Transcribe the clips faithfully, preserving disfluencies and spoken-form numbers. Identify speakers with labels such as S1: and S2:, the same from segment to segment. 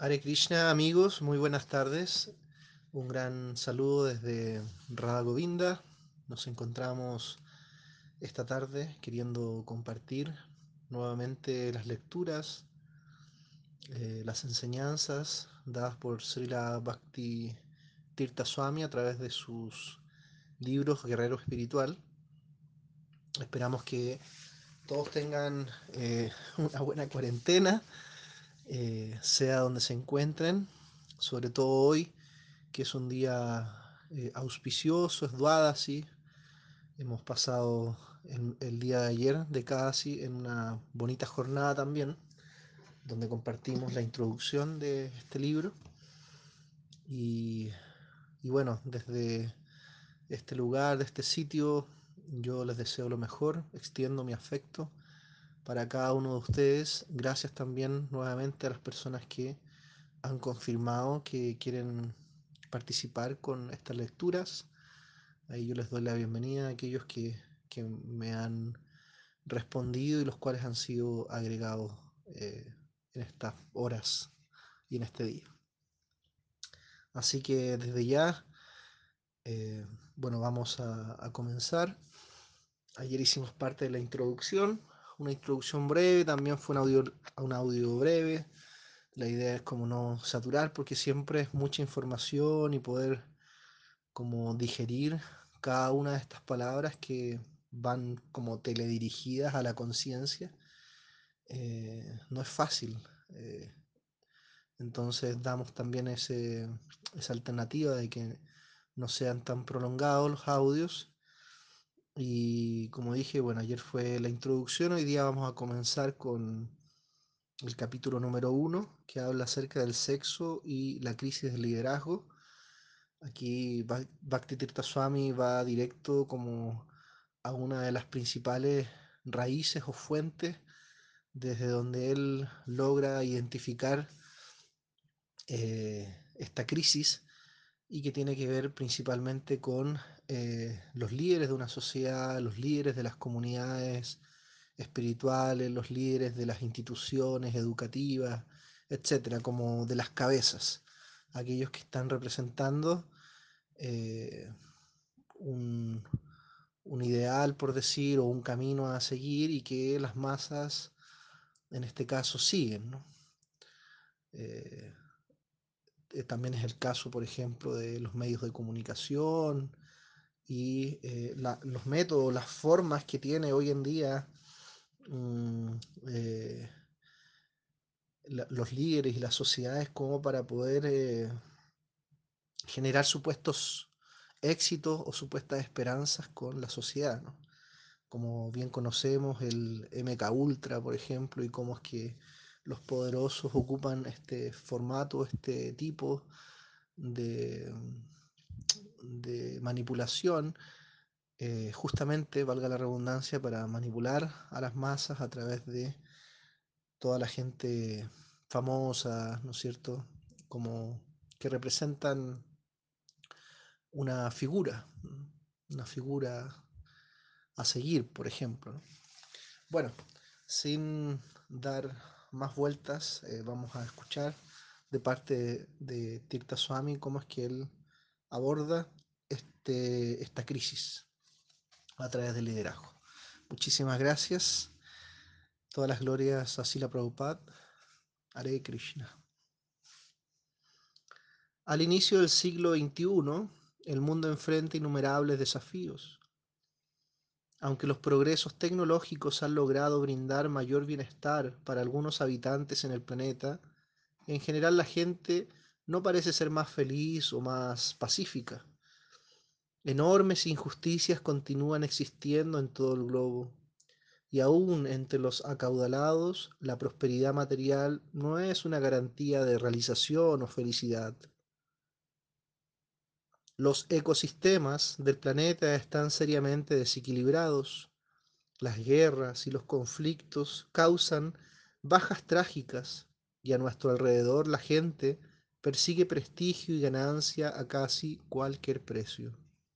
S1: Hare Krishna, amigos, muy buenas tardes. Un gran saludo desde Radha Govinda. Nos encontramos esta tarde queriendo compartir nuevamente las lecturas, eh, las enseñanzas dadas por Srila Bhakti Tirtha Swami a través de sus libros Guerrero Espiritual. Esperamos que todos tengan eh, una buena cuarentena, eh, sea donde se encuentren, sobre todo hoy, que es un día eh, auspicioso, es Dwadasi. Hemos pasado el, el día de ayer de Kadasi en una bonita jornada también, donde compartimos la introducción de este libro. Y, y bueno, desde este lugar, de este sitio, yo les deseo lo mejor, extiendo mi afecto para cada uno de ustedes. Gracias también nuevamente a las personas que han confirmado que quieren participar con estas lecturas. Ahí yo les doy la bienvenida a aquellos que, que me han respondido y los cuales han sido agregados eh, en estas horas y en este día. Así que desde ya, eh, bueno, vamos a, a comenzar. Ayer hicimos parte de la introducción, una introducción breve, también fue un audio, un audio breve. La idea es como no saturar porque siempre es mucha información y poder como digerir cada una de estas palabras que van como teledirigidas a la conciencia. Eh, no es fácil. Eh, entonces damos también ese, esa alternativa de que no sean tan prolongados los audios. Y como dije, bueno, ayer fue la introducción, hoy día vamos a comenzar con el capítulo número uno, que habla acerca del sexo y la crisis del liderazgo. Aquí Bhakti Tirtha Swami va directo como a una de las principales raíces o fuentes desde donde él logra identificar eh, esta crisis y que tiene que ver principalmente con eh, los líderes de una sociedad, los líderes de las comunidades espirituales, los líderes de las instituciones educativas, etcétera, como de las cabezas, aquellos que están representando eh, un, un ideal, por decir, o un camino a seguir y que las masas, en este caso, siguen, ¿no? Eh, eh, también es el caso, por ejemplo, de los medios de comunicación y eh, la, los métodos, las formas que tiene hoy en día mm, eh, la, los líderes y las sociedades como para poder eh, generar supuestos éxitos o supuestas esperanzas con la sociedad, ¿no? Como bien conocemos el M K Ultra, por ejemplo, y cómo es que los poderosos ocupan este formato, este tipo de, de manipulación, eh, justamente, valga la redundancia, para manipular a las masas a través de toda la gente famosa, ¿no es cierto? Como que representan una figura, una figura a seguir, por ejemplo, ¿no? Bueno, sin dar más vueltas, eh, vamos a escuchar de parte de, de Tirtha Swami cómo es que él aborda este, esta crisis a través del liderazgo. Muchísimas gracias. Todas las glorias a Srila Prabhupada. Hare Krishna. Al inicio del siglo veintiuno, el mundo enfrenta innumerables desafíos. Aunque los progresos tecnológicos han logrado brindar mayor bienestar para algunos habitantes en el planeta, en general la gente no parece ser más feliz o más pacífica. Enormes injusticias continúan existiendo en todo el globo, y aún entre los acaudalados, la prosperidad material no es una garantía de realización o felicidad. Los ecosistemas del planeta están seriamente desequilibrados. Las guerras y los conflictos causan bajas trágicas y a nuestro alrededor la gente persigue prestigio y ganancia a casi cualquier precio.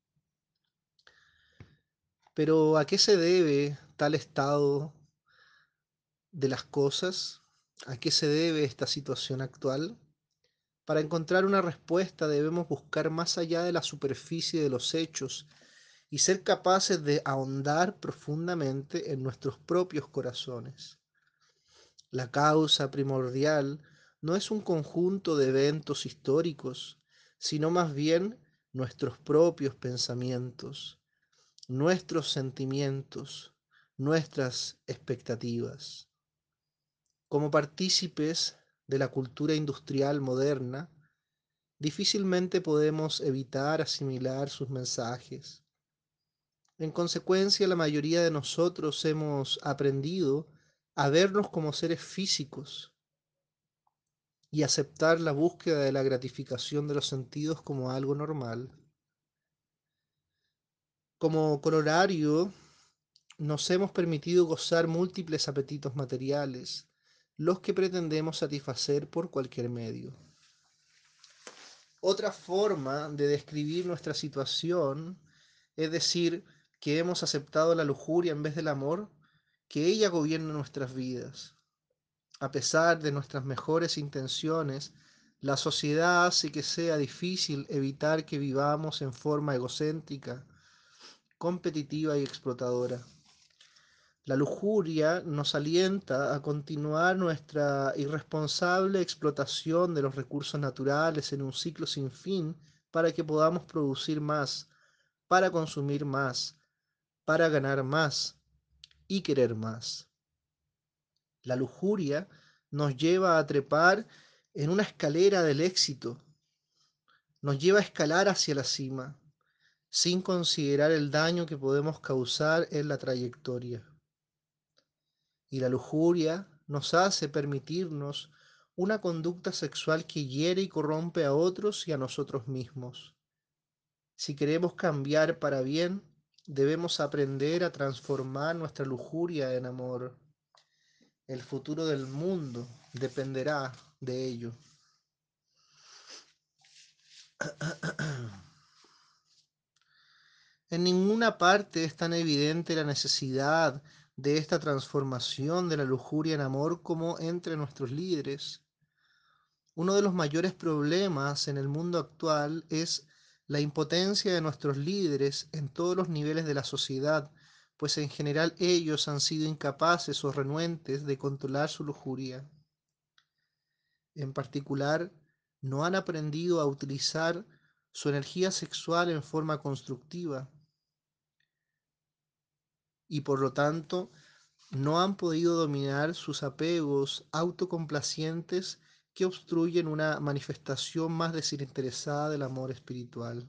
S1: Pero ¿a qué se debe tal estado de las cosas? ¿A qué se debe esta situación actual? Para encontrar una respuesta debemos buscar más allá de la superficie de los hechos y ser capaces de ahondar profundamente en nuestros propios corazones. La causa primordial no es un conjunto de eventos históricos, sino más bien nuestros propios pensamientos, nuestros sentimientos, nuestras expectativas. Como partícipes de la cultura industrial moderna, difícilmente podemos evitar asimilar sus mensajes. En consecuencia, la mayoría de nosotros hemos aprendido a vernos como seres físicos y aceptar la búsqueda de la gratificación de los sentidos como algo normal. Como corolario, nos hemos permitido gozar múltiples apetitos materiales, los que pretendemos satisfacer por cualquier medio. Otra forma de describir nuestra situación es decir que hemos aceptado la lujuria en vez del amor, que ella gobierna nuestras vidas. A pesar de nuestras mejores intenciones, la sociedad hace que sea difícil evitar que vivamos en forma egocéntrica, competitiva y explotadora. La lujuria nos alienta a continuar nuestra irresponsable explotación de los recursos naturales en un ciclo sin fin para que podamos producir más, para consumir más, para ganar más y querer más. La lujuria nos lleva a trepar en una escalera del éxito, nos lleva a escalar hacia la cima, sin considerar el daño que podemos causar en la trayectoria. Y la lujuria nos hace permitirnos una conducta sexual que hiere y corrompe a otros y a nosotros mismos. Si queremos cambiar para bien, debemos aprender a transformar nuestra lujuria en amor. El futuro del mundo dependerá de ello. En ninguna parte es tan evidente la necesidad de esta transformación de la lujuria en amor como entre nuestros líderes. Uno de los mayores problemas en el mundo actual es la impotencia de nuestros líderes en todos los niveles de la sociedad, pues en general ellos han sido incapaces o renuentes de controlar su lujuria. En particular, no han aprendido a utilizar su energía sexual en forma constructiva y por lo tanto no han podido dominar sus apegos autocomplacientes que obstruyen una manifestación más desinteresada del amor espiritual.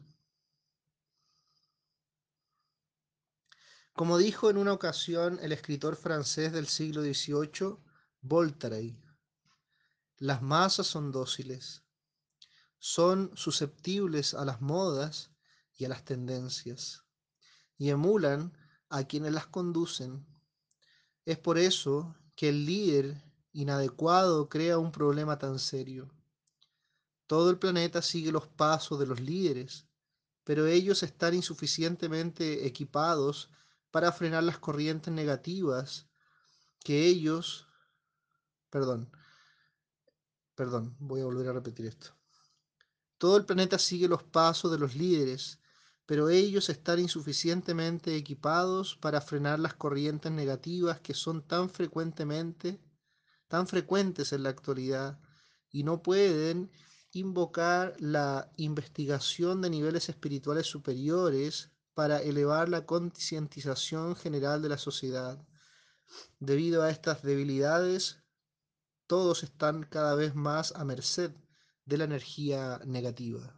S1: Como dijo en una ocasión el escritor francés del siglo dieciocho, Voltaire, las masas son dóciles, son susceptibles a las modas y a las tendencias, y emulan a quienes las conducen. Es por eso que el líder inadecuado crea un problema tan serio. Todo el planeta sigue los pasos de los líderes, pero ellos están insuficientemente equipados para frenar las corrientes negativas que ellos, perdón, perdón, voy a volver a repetir esto. Todo el planeta sigue los pasos de los líderes, pero ellos están insuficientemente equipados para frenar las corrientes negativas que son tan frecuentemente, tan frecuentes en la actualidad y no pueden invocar la investigación de niveles espirituales superiores para elevar la concientización general de la sociedad. Debido a estas debilidades, todos están cada vez más a merced de la energía negativa.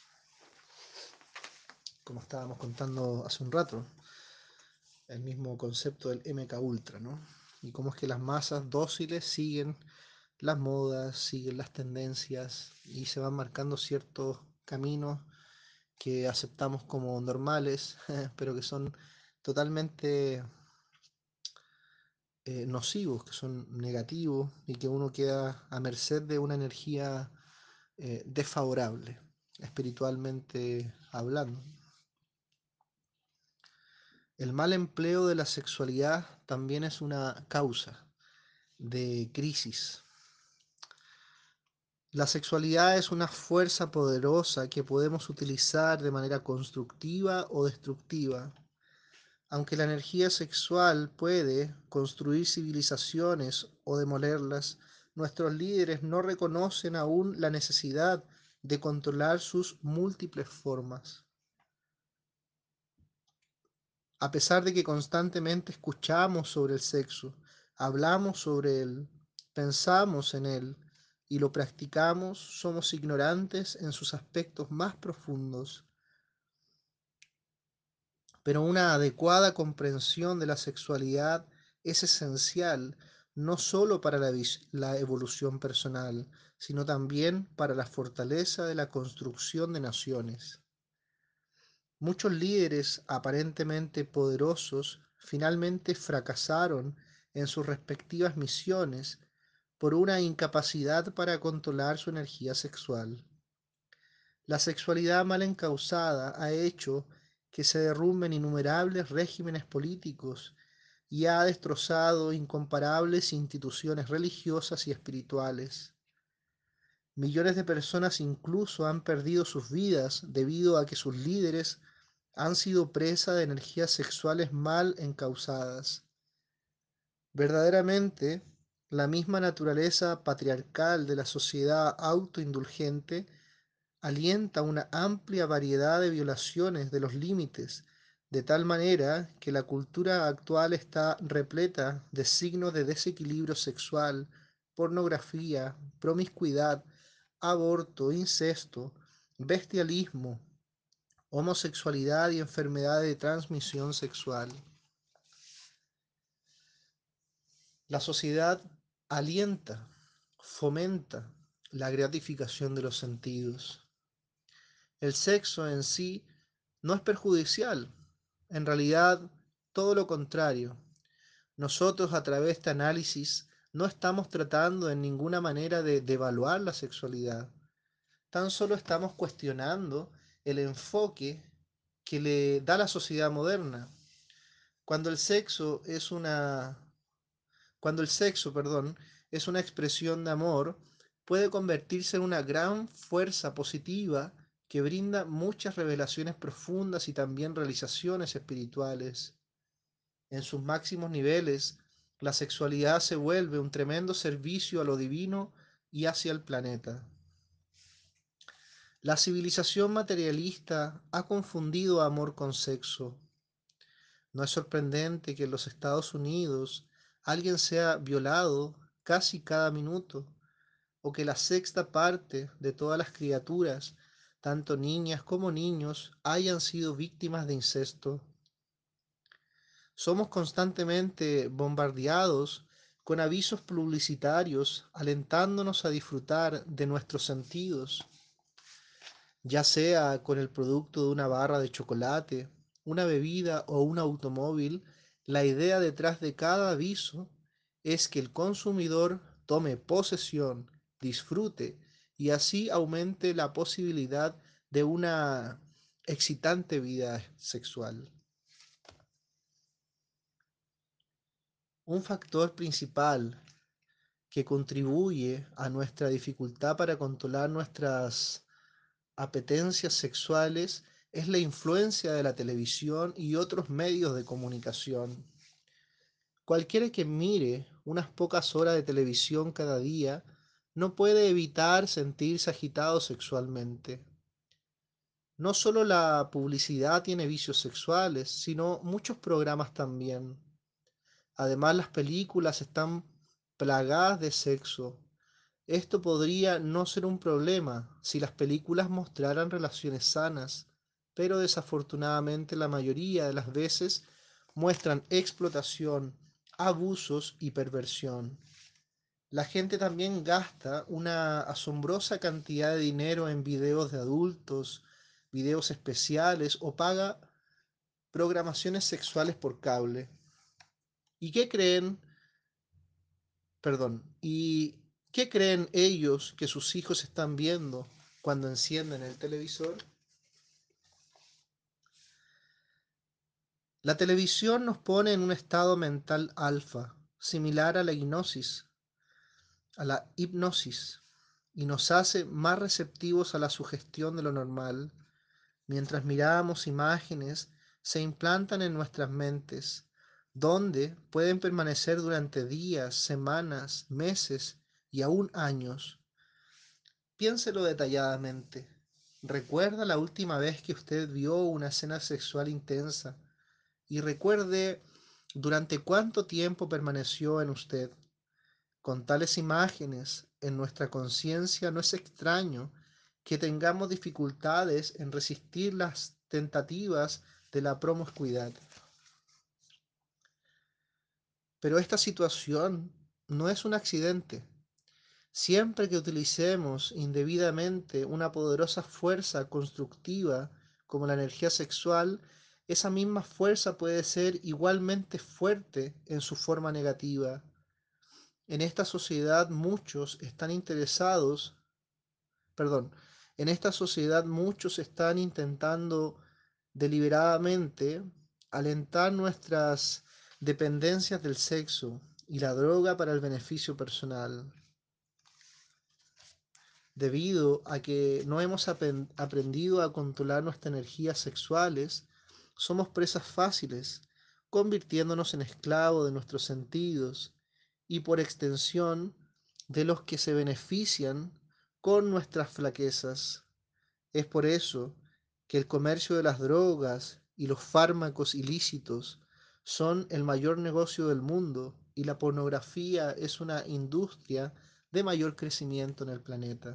S1: Como estábamos contando hace un rato, el mismo concepto del M K Ultra, ¿no? Y cómo es que las masas dóciles siguen las modas, siguen las tendencias y se van marcando ciertos caminos que aceptamos como normales, pero que son totalmente eh, nocivos, que son negativos y que uno queda a merced de una energía eh, desfavorable, espiritualmente hablando. El mal empleo de la sexualidad también es una causa de crisis. La sexualidad es una fuerza poderosa que podemos utilizar de manera constructiva o destructiva. Aunque la energía sexual puede construir civilizaciones o demolerlas, nuestros líderes no reconocen aún la necesidad de controlar sus múltiples formas. A pesar de que constantemente escuchamos sobre el sexo, hablamos sobre él, pensamos en él y lo practicamos, somos ignorantes en sus aspectos más profundos. Pero una adecuada comprensión de la sexualidad es esencial no solo para la, la evolución personal, sino también para la fortaleza de la construcción de naciones. Muchos líderes aparentemente poderosos finalmente fracasaron en sus respectivas misiones por una incapacidad para controlar su energía sexual. La sexualidad mal encausada ha hecho que se derrumben innumerables regímenes políticos y ha destrozado incomparables instituciones religiosas y espirituales. Millones de personas incluso han perdido sus vidas debido a que sus líderes han sido presa de energías sexuales mal encausadas. Verdaderamente, la misma naturaleza patriarcal de la sociedad autoindulgente alienta una amplia variedad de violaciones de los límites, de tal manera que la cultura actual está repleta de signos de desequilibrio sexual, pornografía, promiscuidad, aborto, incesto, bestialismo, homosexualidad y enfermedades de transmisión sexual. La sociedad alienta, fomenta la gratificación de los sentidos. El sexo en sí no es perjudicial, en realidad todo lo contrario. Nosotros a través de este análisis no estamos tratando en ninguna manera de devaluar la sexualidad, tan solo estamos cuestionando el enfoque que le da la sociedad moderna. Cuando el sexo es una Cuando el sexo, perdón, es una expresión de amor, puede convertirse en una gran fuerza positiva que brinda muchas revelaciones profundas y también realizaciones espirituales. En sus máximos niveles, la sexualidad se vuelve un tremendo servicio a lo divino y hacia el planeta. La civilización materialista ha confundido amor con sexo. No es sorprendente que en los Estados Unidos alguien sea violado casi cada minuto, o que la sexta parte de todas las criaturas, tanto niñas como niños, hayan sido víctimas de incesto. Somos constantemente bombardeados con avisos publicitarios alentándonos a disfrutar de nuestros sentidos, ya sea con el producto de una barra de chocolate, una bebida o un automóvil. La idea detrás de cada aviso es que el consumidor tome posesión, disfrute y así aumente la posibilidad de una excitante vida sexual. Un factor principal que contribuye a nuestra dificultad para controlar nuestras apetencias sexuales es la influencia de la televisión y otros medios de comunicación. Cualquiera que mire unas pocas horas de televisión cada día no puede evitar sentirse agitado sexualmente. No solo la publicidad tiene vicios sexuales, sino muchos programas también. Además, las películas están plagadas de sexo. Esto podría no ser un problema si las películas mostraran relaciones sanas, pero desafortunadamente la mayoría de las veces muestran explotación, abusos y perversión. La gente también gasta una asombrosa cantidad de dinero en videos de adultos, videos especiales o paga programaciones sexuales por cable. ¿Y qué creen? Perdón. ¿Y qué creen ellos que sus hijos están viendo cuando encienden el televisor? La televisión nos pone en un estado mental alfa, similar a la hipnosis, a la hipnosis. y nos hace más receptivos a la sugestión de lo normal. Mientras miramos imágenes, se implantan en nuestras mentes, donde pueden permanecer durante días, semanas, meses y aún años. Piénselo detalladamente. Recuerda la última vez que usted vio una escena sexual intensa y recuerde durante cuánto tiempo permaneció en usted. Con tales imágenes en nuestra conciencia no es extraño que tengamos dificultades en resistir las tentativas de la promiscuidad. Pero esta situación no es un accidente. Siempre que utilicemos indebidamente una poderosa fuerza constructiva como la energía sexual, esa misma fuerza puede ser igualmente fuerte en su forma negativa. En esta sociedad muchos están interesados, perdón, en esta sociedad muchos están intentando deliberadamente alentar nuestras dependencias del sexo y la droga para el beneficio personal. Debido a que no hemos aprendido a controlar nuestras energías sexuales, somos presas fáciles, convirtiéndonos en esclavos de nuestros sentidos y por extensión de los que se benefician con nuestras flaquezas. Es por eso que el comercio de las drogas y los fármacos ilícitos son el mayor negocio del mundo y la pornografía es una industria de mayor crecimiento en el planeta.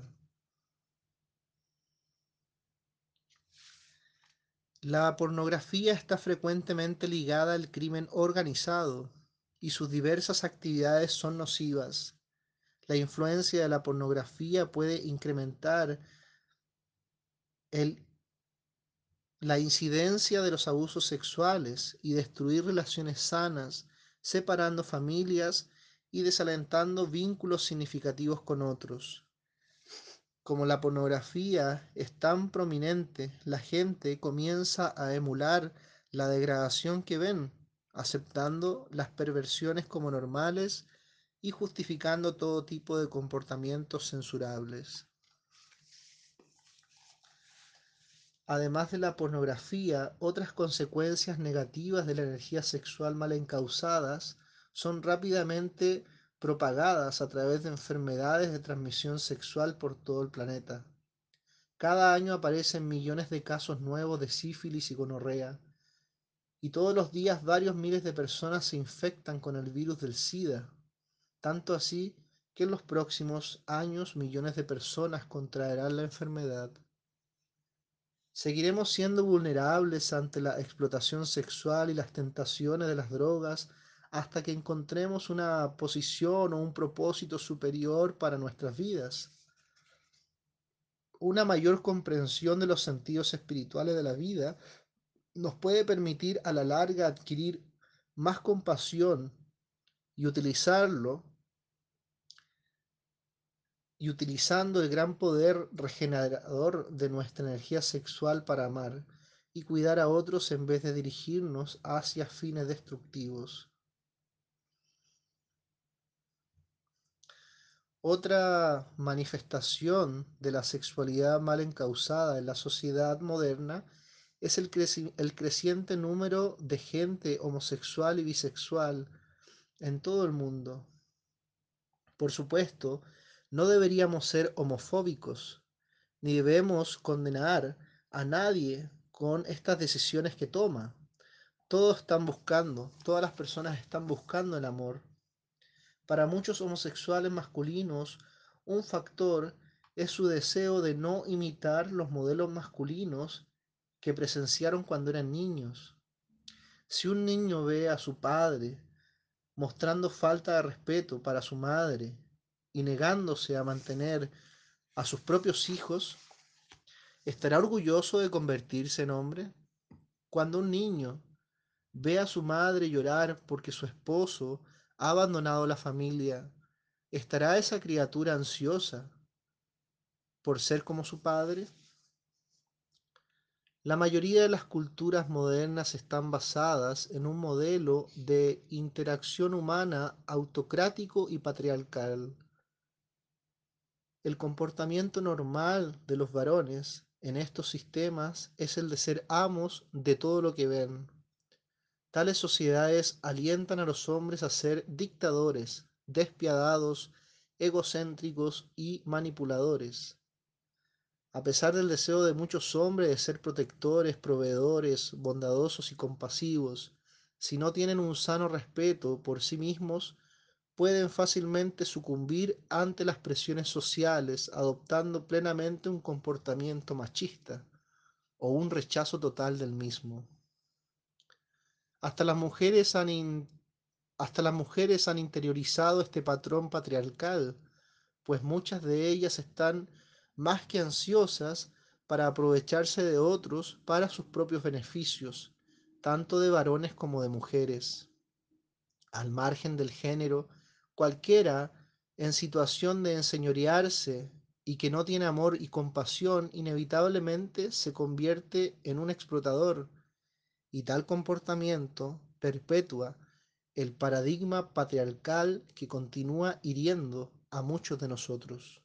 S1: La pornografía está frecuentemente ligada al crimen organizado y sus diversas actividades son nocivas. La influencia de la pornografía puede incrementar el, la incidencia de los abusos sexuales y destruir relaciones sanas, separando familias y desalentando vínculos significativos con otros. Como la pornografía es tan prominente, la gente comienza a emular la degradación que ven, aceptando las perversiones como normales y justificando todo tipo de comportamientos censurables. Además de la pornografía, otras consecuencias negativas de la energía sexual mal encausadas son rápidamente propagadas a través de enfermedades de transmisión sexual por todo el planeta. Cada año aparecen millones de casos nuevos de sífilis y gonorrea, y todos los días varios miles de personas se infectan con el virus del SIDA, tanto así que en los próximos años millones de personas contraerán la enfermedad. Seguiremos siendo vulnerables ante la explotación sexual y las tentaciones de las drogas hasta que encontremos una posición o un propósito superior para nuestras vidas. Una mayor comprensión de los sentidos espirituales de la vida nos puede permitir a la larga adquirir más compasión y utilizarlo y utilizando el gran poder regenerador de nuestra energía sexual para amar y cuidar a otros en vez de dirigirnos hacia fines destructivos. Otra manifestación de la sexualidad mal encausada en la sociedad moderna es el, creci el creciente número de gente homosexual y bisexual en todo el mundo. Por supuesto, no deberíamos ser homofóbicos, ni debemos condenar a nadie con estas decisiones que toma. Todos están buscando, todas las personas están buscando el amor. Para muchos homosexuales masculinos, un factor es su deseo de no imitar los modelos masculinos que presenciaron cuando eran niños. Si un niño ve a su padre mostrando falta de respeto para su madre y negándose a mantener a sus propios hijos, ¿estará orgulloso de convertirse en hombre? Cuando un niño ve a su madre llorar porque su esposo ha abandonado la familia, ¿estará esa criatura ansiosa por ser como su padre? La mayoría de las culturas modernas están basadas en un modelo de interacción humana autocrático y patriarcal. El comportamiento normal de los varones en estos sistemas es el de ser amos de todo lo que ven. Tales sociedades alientan a los hombres a ser dictadores, despiadados, egocéntricos y manipuladores. A pesar del deseo de muchos hombres de ser protectores, proveedores, bondadosos y compasivos, si no tienen un sano respeto por sí mismos, pueden fácilmente sucumbir ante las presiones sociales, adoptando plenamente un comportamiento machista o un rechazo total del mismo. Hasta las mujeres han, in- hasta las mujeres han interiorizado este patrón patriarcal, pues muchas de ellas están más que ansiosas para aprovecharse de otros para sus propios beneficios, tanto de varones como de mujeres. Al margen del género, cualquiera en situación de enseñorearse y que no tiene amor y compasión, inevitablemente se convierte en un explotador, y tal comportamiento perpetúa el paradigma patriarcal que continúa hiriendo a muchos de nosotros.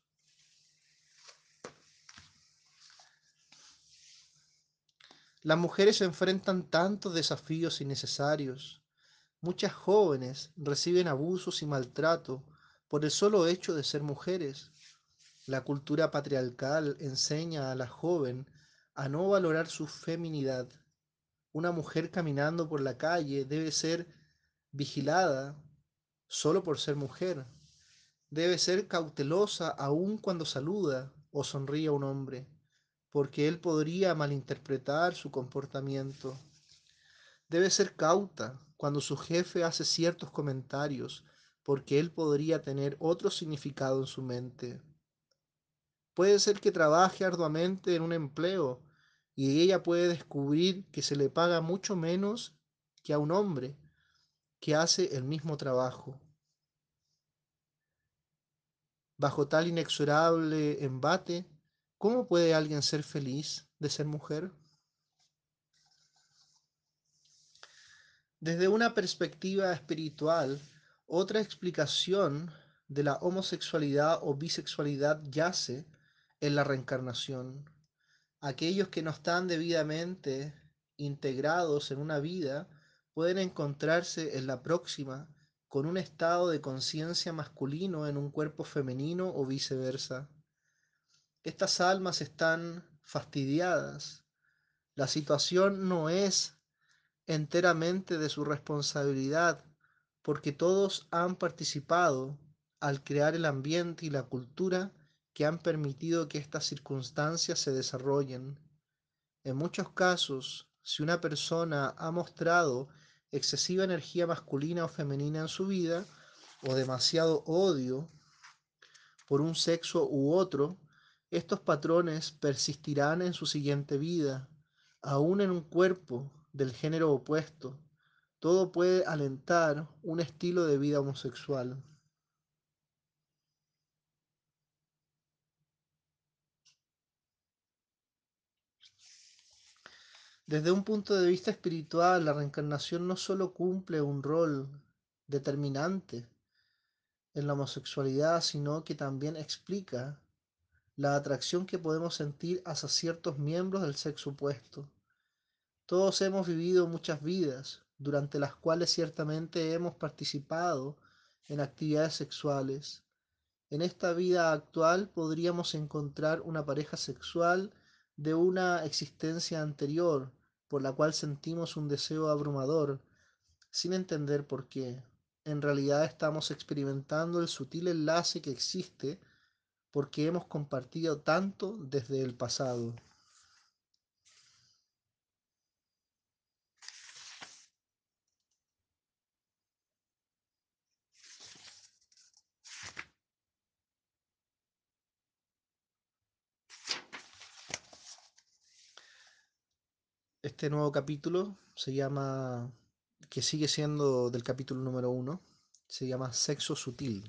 S1: Las mujeres enfrentan tantos desafíos innecesarios. Muchas jóvenes reciben abusos y maltrato por el solo hecho de ser mujeres. La cultura patriarcal enseña a la joven a no valorar su feminidad. Una mujer caminando por la calle debe ser vigilada solo por ser mujer. Debe ser cautelosa aun cuando saluda o sonríe a un hombre, porque él podría malinterpretar su comportamiento. Debe ser cauta cuando su jefe hace ciertos comentarios, porque él podría tener otro significado en su mente. Puede ser que trabaje arduamente en un empleo y ella puede descubrir que se le paga mucho menos que a un hombre que hace el mismo trabajo. Bajo tal inexorable embate, ¿cómo puede alguien ser feliz de ser mujer? Desde una perspectiva espiritual, otra explicación de la homosexualidad o bisexualidad yace en la reencarnación. Aquellos que no están debidamente integrados en una vida pueden encontrarse en la próxima con un estado de conciencia masculino en un cuerpo femenino o viceversa. Estas almas están fastidiadas. La situación no es enteramente de su responsabilidad, porque todos han participado al crear el ambiente y la cultura que han permitido que estas circunstancias se desarrollen. En muchos casos, si una persona ha mostrado excesiva energía masculina o femenina en su vida, o demasiado odio por un sexo u otro, estos patrones persistirán en su siguiente vida, aún en un cuerpo del género opuesto. Todo puede alentar un estilo de vida homosexual. Desde un punto de vista espiritual, la reencarnación no solo cumple un rol determinante en la homosexualidad, sino que también explica la atracción que podemos sentir hacia ciertos miembros del sexo opuesto. Todos hemos vivido muchas vidas, durante las cuales ciertamente hemos participado en actividades sexuales. En esta vida actual podríamos encontrar una pareja sexual de una existencia anterior, por la cual sentimos un deseo abrumador, sin entender por qué. En realidad estamos experimentando el sutil enlace que existe porque hemos compartido tanto desde el pasado. Este nuevo capítulo se llama, que sigue siendo del capítulo número uno, se llama Sexo Sutil.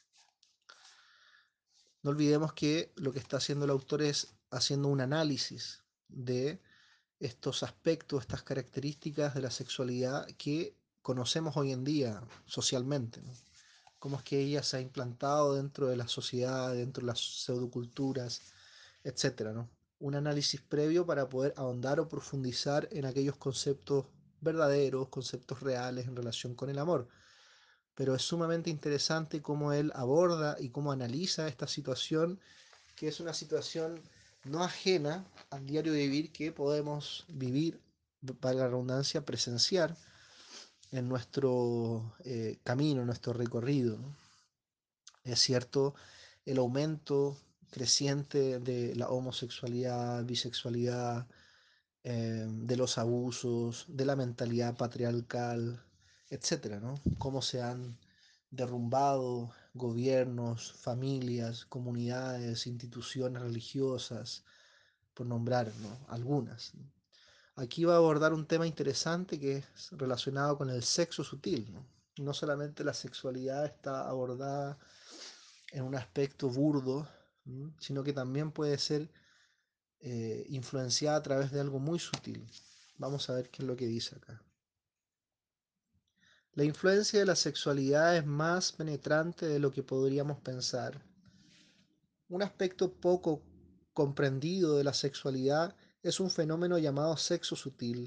S1: No olvidemos que lo que está haciendo el autor es haciendo un análisis de estos aspectos, estas características de la sexualidad que conocemos hoy en día socialmente, ¿no? cómo es que ella se ha implantado dentro de la sociedad, dentro de las pseudoculturas, etcétera, ¿no? Un análisis previo para poder ahondar o profundizar en aquellos conceptos verdaderos, conceptos reales en relación con el amor. Pero es sumamente interesante cómo él aborda y cómo analiza esta situación, que es una situación no ajena al diario vivir que podemos vivir, para la redundancia, presenciar en nuestro eh, camino, en nuestro recorrido, ¿no? Es cierto, el aumento creciente de la homosexualidad, bisexualidad, eh, de los abusos, de la mentalidad patriarcal, etcétera, ¿no? Cómo se han derrumbado gobiernos, familias, comunidades, instituciones religiosas, por nombrar, ¿no?, algunas, ¿no? Aquí va a abordar un tema interesante que es relacionado con el sexo sutil, ¿no? No solamente la sexualidad está abordada en un aspecto burdo, ¿m? Sino que también puede ser eh, influenciada a través de algo muy sutil. Vamos a ver qué es lo que dice acá. La influencia de la sexualidad es más penetrante de lo que podríamos pensar. Un aspecto poco comprendido de la sexualidad es un fenómeno llamado sexo sutil.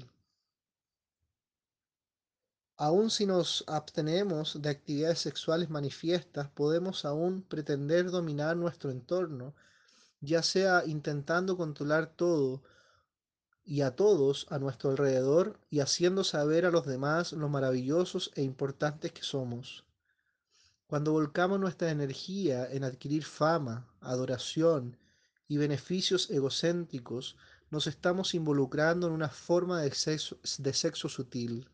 S1: Aun si nos abstenemos de actividades sexuales manifiestas, podemos aún pretender dominar nuestro entorno, ya sea intentando controlar todo y a todos a nuestro alrededor y haciendo saber a los demás lo maravillosos e importantes que somos. Cuando volcamos nuestra energía en adquirir fama, adoración y beneficios egocéntricos, nos estamos involucrando en una forma de sexo, de sexo sutil.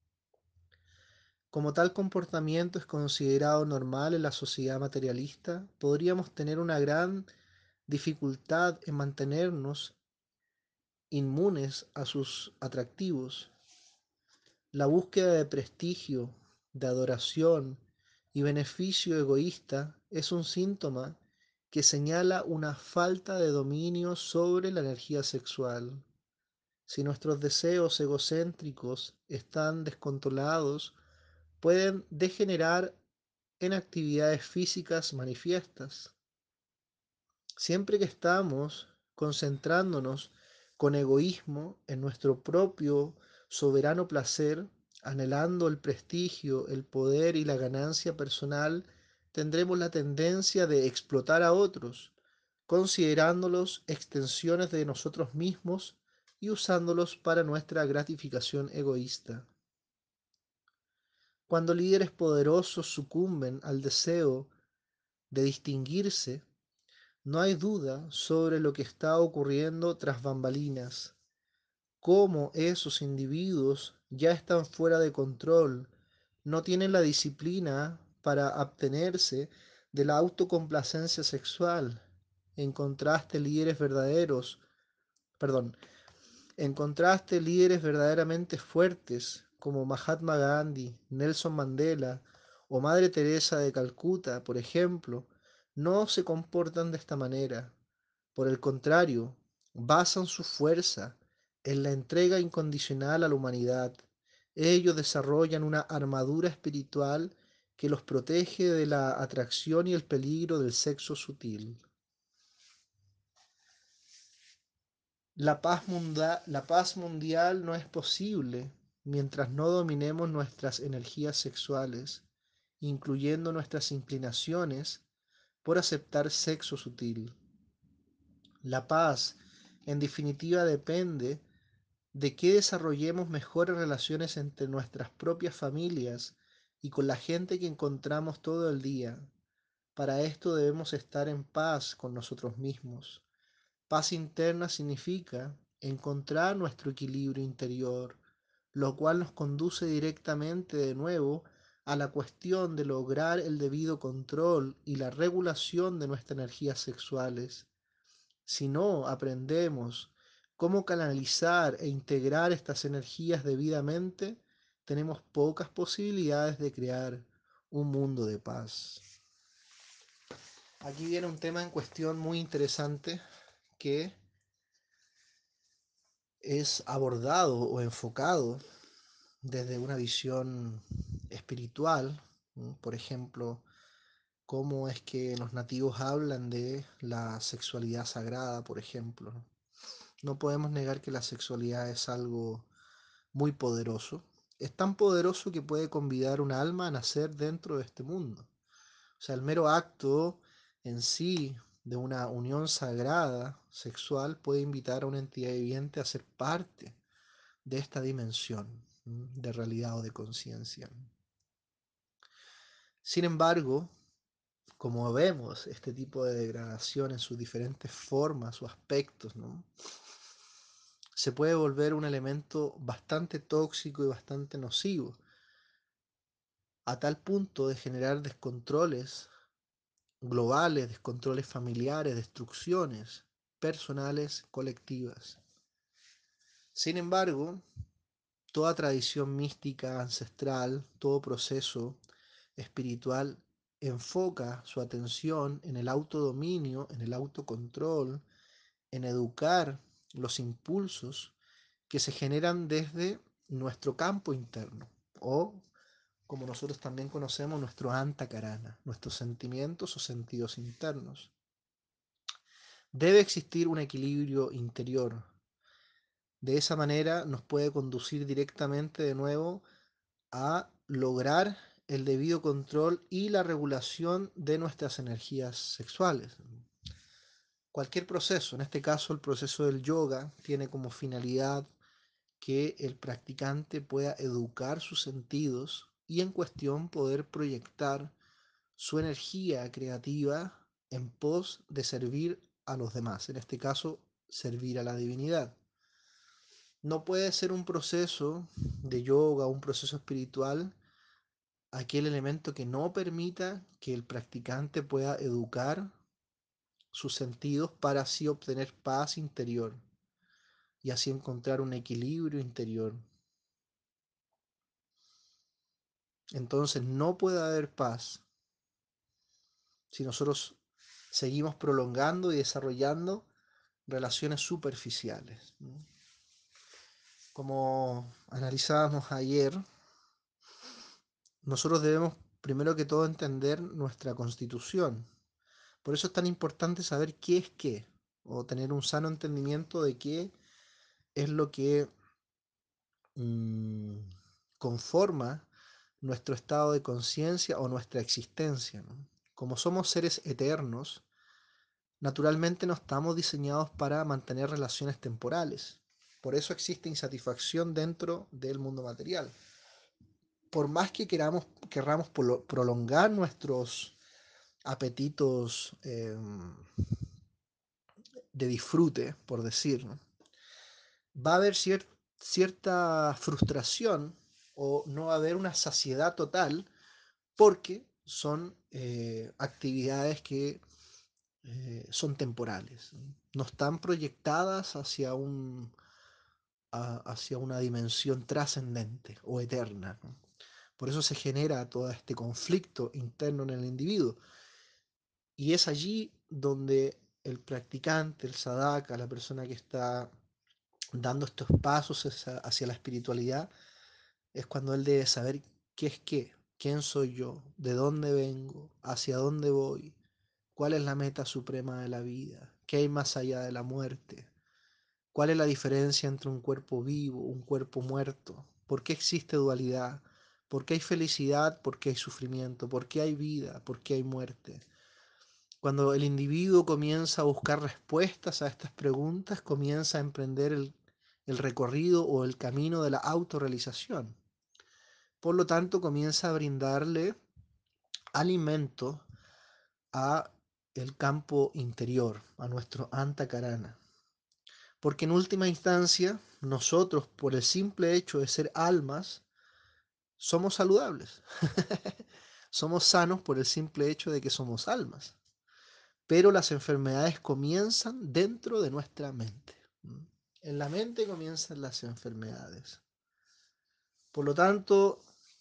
S1: Como tal comportamiento es considerado normal en la sociedad materialista, podríamos tener una gran dificultad en mantenernos inmunes a sus atractivos. La búsqueda de prestigio, de adoración y beneficio egoísta es un síntoma que señala una falta de dominio sobre la energía sexual. Si nuestros deseos egocéntricos están descontrolados, pueden degenerar en actividades físicas manifiestas. Siempre que estamos concentrándonos con egoísmo en nuestro propio soberano placer, anhelando el prestigio, el poder y la ganancia personal, tendremos la tendencia de explotar a otros, considerándolos extensiones de nosotros mismos y usándolos para nuestra gratificación egoísta. Cuando líderes poderosos sucumben al deseo de distinguirse, no hay duda sobre lo que está ocurriendo tras bambalinas, cómo esos individuos ya están fuera de control, no tienen la disciplina para abstenerse de la autocomplacencia sexual. En contraste, líderes verdaderos, perdón, en contraste, líderes verdaderamente fuertes como Mahatma Gandhi, Nelson Mandela o Madre Teresa de Calcuta, por ejemplo, no se comportan de esta manera. Por el contrario, basan su fuerza en la entrega incondicional a la humanidad. Ellos desarrollan una armadura espiritual que los protege de la atracción y el peligro del sexo sutil. La paz, munda- la paz mundial no es posible mientras no dominemos nuestras energías sexuales, incluyendo nuestras inclinaciones por aceptar sexo sutil. La paz, en definitiva, depende de que desarrollemos mejores relaciones entre nuestras propias familias y con la gente que encontramos todo el día. Para esto debemos estar en paz con nosotros mismos. Paz interna significa encontrar nuestro equilibrio interior, lo cual nos conduce directamente de nuevo a la cuestión de lograr el debido control y la regulación de nuestras energías sexuales. Si no aprendemos cómo canalizar e integrar estas energías debidamente, tenemos pocas posibilidades de crear un mundo de paz. Aquí viene un tema en cuestión muy interesante que es abordado o enfocado desde una visión espiritual, ¿no? Por ejemplo, cómo es que los nativos hablan de la sexualidad sagrada, por ejemplo. No No podemos negar que la sexualidad es algo muy poderoso. Es tan poderoso que puede convidar un alma a nacer dentro de este mundo. O sea, el mero acto en sí de una unión sagrada sexual puede invitar a una entidad viviente a ser parte de esta dimensión de realidad o de conciencia. Sin embargo, como vemos este tipo de degradación en sus diferentes formas o aspectos, ¿no? Se puede volver un elemento bastante tóxico y bastante nocivo, a tal punto de generar descontroles globales, descontroles familiares, destrucciones personales, colectivas. Sin embargo, toda tradición mística ancestral, todo proceso espiritual enfoca su atención en el autodominio, en el autocontrol, en educar los impulsos que se generan desde nuestro campo interno o, como nosotros también conocemos, nuestro antakarana, nuestros sentimientos o sentidos internos. Debe existir un equilibrio interior. De esa manera nos puede conducir directamente de nuevo a lograr el debido control y la regulación de nuestras energías sexuales. Cualquier proceso, en este caso el proceso del yoga, tiene como finalidad que el practicante pueda educar sus sentidos y en cuestión poder proyectar su energía creativa en pos de servir a los demás, en este caso, servir a la divinidad. No puede ser un proceso de yoga, un proceso espiritual, aquel elemento que no permita que el practicante pueda educar sus sentidos para así obtener paz interior y así encontrar un equilibrio interior. Entonces no puede haber paz si nosotros seguimos prolongando y desarrollando relaciones superficiales. Como analizábamos ayer, nosotros debemos primero que todo entender nuestra constitución. Por eso es tan importante saber qué es qué, o tener un sano entendimiento de qué es lo que mmm, conforma nuestro estado de conciencia o nuestra existencia, ¿no? Como somos seres eternos, naturalmente no estamos diseñados para mantener relaciones temporales. Por eso existe insatisfacción dentro del mundo material. Por más que queramos, querramos prolongar nuestros apetitos eh, de disfrute, por decir, ¿no? Va a haber cier cierta frustración o no va a haber una saciedad total porque son eh, actividades que eh, son temporales, no están proyectadas hacia, un, a, hacia una dimensión trascendente o eterna, ¿no? Por eso se genera todo este conflicto interno en el individuo. Y es allí donde el practicante, el sadhaka, la persona que está dando estos pasos hacia la espiritualidad, es cuando él debe saber qué es qué, quién soy yo, de dónde vengo, hacia dónde voy, cuál es la meta suprema de la vida, qué hay más allá de la muerte, cuál es la diferencia entre un cuerpo vivo, un cuerpo muerto, por qué existe dualidad, por qué hay felicidad, por qué hay sufrimiento, por qué hay vida, por qué hay muerte. Cuando el individuo comienza a buscar respuestas a estas preguntas, comienza a emprender el, el recorrido o el camino de la autorrealización. Por lo tanto, comienza a brindarle alimento a el campo interior, a nuestro antakarana. Porque en última instancia, nosotros, por el simple hecho de ser almas, somos saludables. Somos sanos por el simple hecho de que somos almas. Pero las enfermedades comienzan dentro de nuestra mente. En la mente comienzan las enfermedades. Por lo tanto,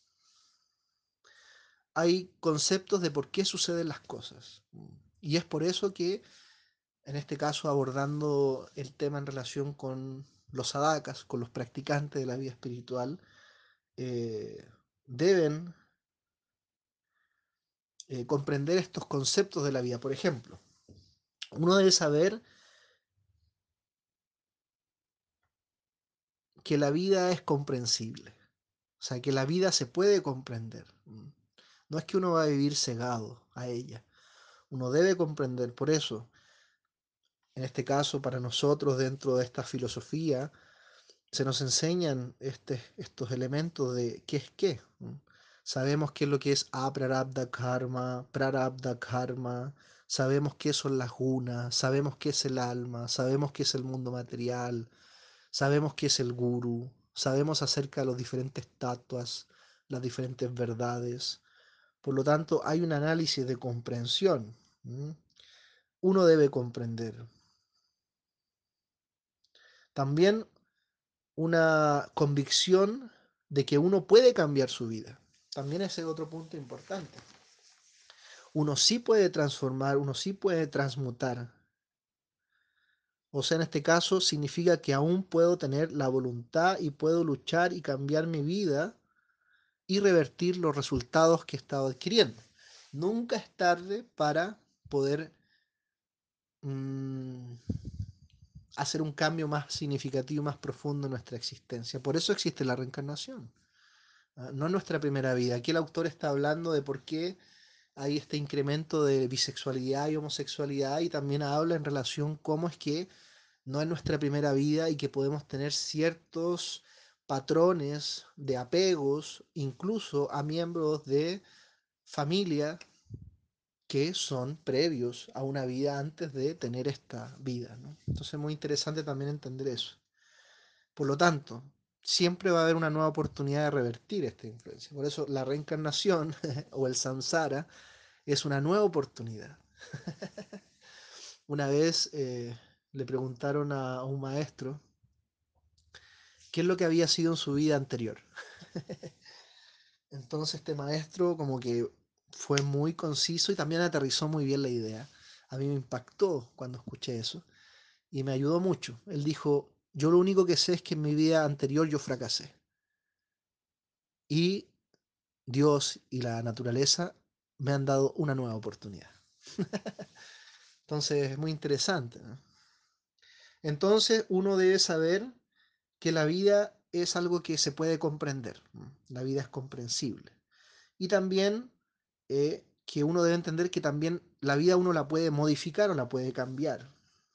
S1: hay conceptos de por qué suceden las cosas. Y es por eso que, en este caso, abordando el tema en relación con los sadhakas, con los practicantes de la vida espiritual, eh, deben eh, comprender estos conceptos de la vida. Por ejemplo, uno debe saber que la vida es comprensible, o sea, que la vida se puede comprender. ¿M? No es que uno va a vivir cegado a ella, uno debe comprender. Por eso, en este caso, para nosotros, dentro de esta filosofía, se nos enseñan este, estos elementos de qué es qué. ¿M? Sabemos qué es lo que es aprarabdha karma, prarabdha karma, sabemos qué son las gunas, sabemos qué es el alma, sabemos qué es el mundo material, sabemos qué es el guru, sabemos acerca de los diferentes tatuas, las diferentes verdades. Por lo tanto, hay un análisis de comprensión. ¿M? Uno debe comprender. También una convicción de que uno puede cambiar su vida. También ese es otro punto importante. Uno sí puede transformar, uno sí puede transmutar. O sea, en este caso significa que aún puedo tener la voluntad y puedo luchar y cambiar mi vida y revertir los resultados que he estado adquiriendo. Nunca es tarde para poder mmm, hacer un cambio más significativo, más profundo en nuestra existencia. Por eso existe la reencarnación. ¿Ah? No es nuestra primera vida. Aquí el autor está hablando de por qué hay este incremento de bisexualidad y homosexualidad y también habla en relación cómo es que no es nuestra primera vida y que podemos tener ciertos patrones de apegos incluso a miembros de familia que son previos a una vida antes de tener esta vida, ¿no? Entonces es muy interesante también entender eso. Por lo tanto, siempre va a haber una nueva oportunidad de revertir esta influencia. Por eso la reencarnación o el samsara es una nueva oportunidad. Una vez eh, le preguntaron a, a un maestro qué es lo que había sido en su vida anterior. Entonces este maestro como que fue muy conciso y también aterrizó muy bien la idea. A mí me impactó cuando escuché eso y me ayudó mucho. Él dijo, yo lo único que sé es que en mi vida anterior yo fracasé. Y Dios y la naturaleza me han dado una nueva oportunidad. Entonces es muy interesante, ¿no? Entonces uno debe saber que la vida es algo que se puede comprender, ¿no? La vida es comprensible. Y también eh, que uno debe entender que también la vida uno la puede modificar o la puede cambiar.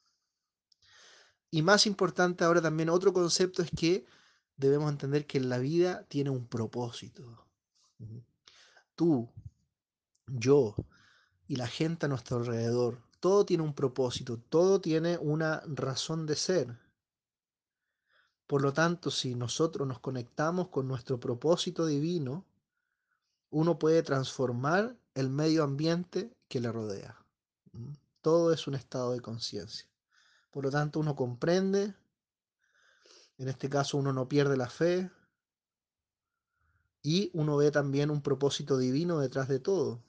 S1: Y más importante ahora también otro concepto es que debemos entender que la vida tiene un propósito. Tú, yo y la gente a nuestro alrededor, todo tiene un propósito, todo tiene una razón de ser. Por lo tanto, si nosotros nos conectamos con nuestro propósito divino, uno puede transformar el medio ambiente que le rodea. ¿Mm? Todo es un estado de conciencia. Por lo tanto, uno comprende, en este caso uno no pierde la fe y uno ve también un propósito divino detrás de todo.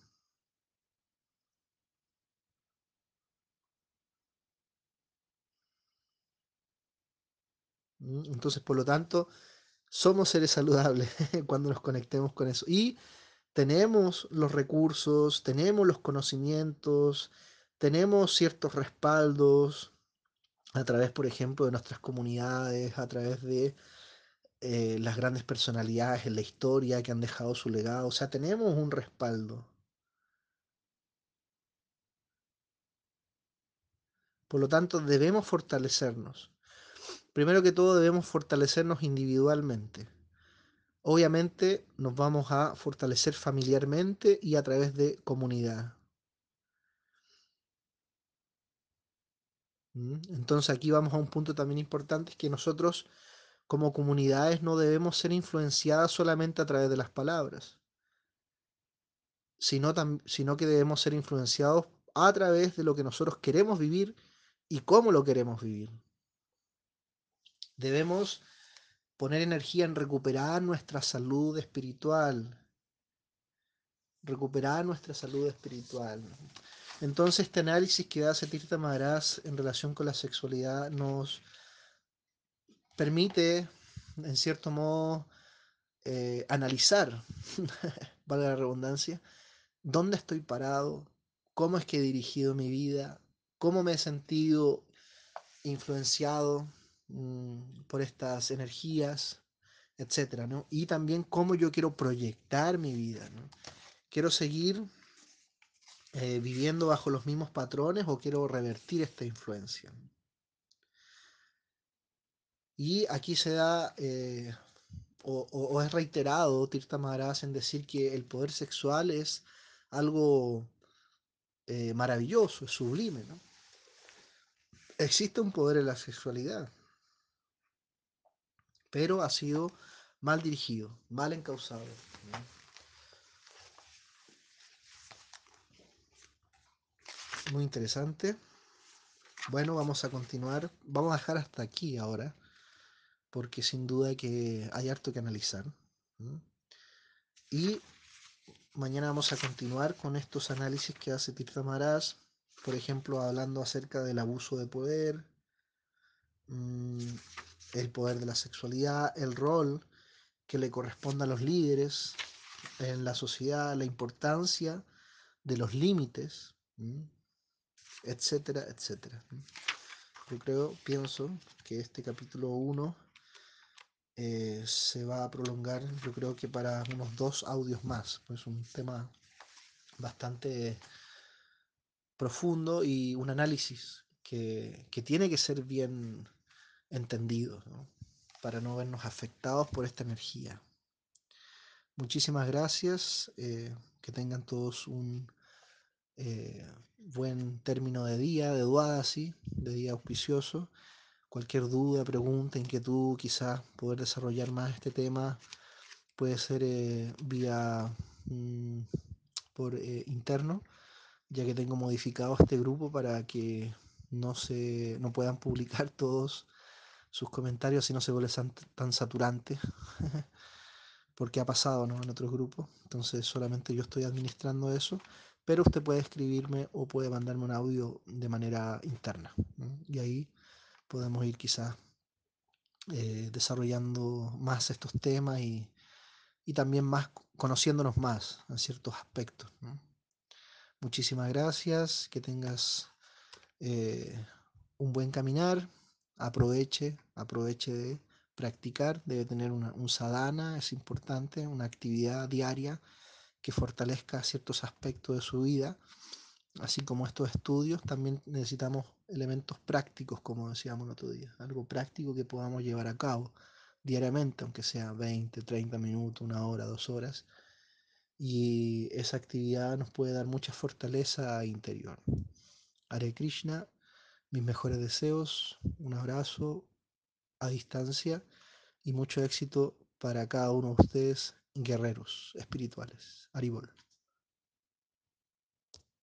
S1: ¿Mm? Entonces, por lo tanto, somos seres saludables cuando nos conectemos con eso. Y tenemos los recursos, tenemos los conocimientos, tenemos ciertos respaldos a través, por ejemplo, de nuestras comunidades, a través de eh, las grandes personalidades en la historia que han dejado su legado. O sea, tenemos un respaldo. Por lo tanto, debemos fortalecernos. Primero que todo, debemos fortalecernos individualmente. Obviamente, nos vamos a fortalecer familiarmente y a través de comunidad. ¿Mm? Entonces, aquí vamos a un punto también importante, es que nosotros como comunidades no debemos ser influenciadas solamente a través de las palabras, sino, tam- sino que debemos ser influenciados a través de lo que nosotros queremos vivir y cómo lo queremos vivir. Debemos poner energía en recuperar nuestra salud espiritual, recuperar nuestra salud espiritual. Entonces, este análisis que hace Tirtha Maharaj en relación con la sexualidad nos permite, en cierto modo, eh, analizar, valga la redundancia, dónde estoy parado, cómo es que he dirigido mi vida, cómo me he sentido influenciado mm, por estas energías, etcétera, ¿no? Y también cómo yo quiero proyectar mi vida, ¿no? ¿Quiero seguir eh, viviendo bajo los mismos patrones o quiero revertir esta influencia? Y aquí se da, eh, o, o- o es reiterado Tirtha Maharaj en decir que el poder sexual es algo eh, maravilloso, es sublime, ¿no? Existe un poder en la sexualidad, pero ha sido mal dirigido, mal encausado, ¿no? Muy interesante. Bueno, vamos a continuar. Vamos a dejar hasta aquí ahora, porque sin duda que hay harto que analizar. ¿No? Y mañana vamos a continuar con estos análisis que hace Tirtha Maharaj, por ejemplo, hablando acerca del abuso de poder, mmm, el poder de la sexualidad, el rol que le corresponde a los líderes en la sociedad, la importancia de los límites, ¿m? etcétera, etcétera. Yo creo, pienso que este capítulo uno eh, se va a prolongar, yo creo que para unos dos audios más, pues un tema bastante profundo y un análisis que, que tiene que ser bien entendido, ¿no? Para no vernos afectados por esta energía. Muchísimas gracias, eh, que tengan todos un eh, buen término de día, de Duadasi, de día auspicioso. Cualquier duda, pregunta, inquietud, quizás poder desarrollar más este tema puede ser eh, vía mm, por eh, interno, ya que tengo modificado este grupo para que no se no puedan publicar todos sus comentarios si no se vuelve tan, tan saturante, porque ha pasado, ¿no? En otros grupos, entonces solamente yo estoy administrando eso, pero usted puede escribirme o puede mandarme un audio de manera interna, ¿no? Y ahí podemos ir quizás eh, desarrollando más estos temas y, y también más conociéndonos más en ciertos aspectos, ¿no? Muchísimas gracias, que tengas eh, un buen caminar, aproveche, aproveche de practicar, debe tener una, un sadhana, es importante, una actividad diaria que fortalezca ciertos aspectos de su vida, así como estos estudios, también necesitamos elementos prácticos, como decíamos el otro día, algo práctico que podamos llevar a cabo diariamente, aunque sea veinte, treinta minutos, una hora, dos horas, y esa actividad nos puede dar mucha fortaleza interior. Hare Krishna, mis mejores deseos, un abrazo a distancia y mucho éxito para cada uno de ustedes, guerreros espirituales. Haribol.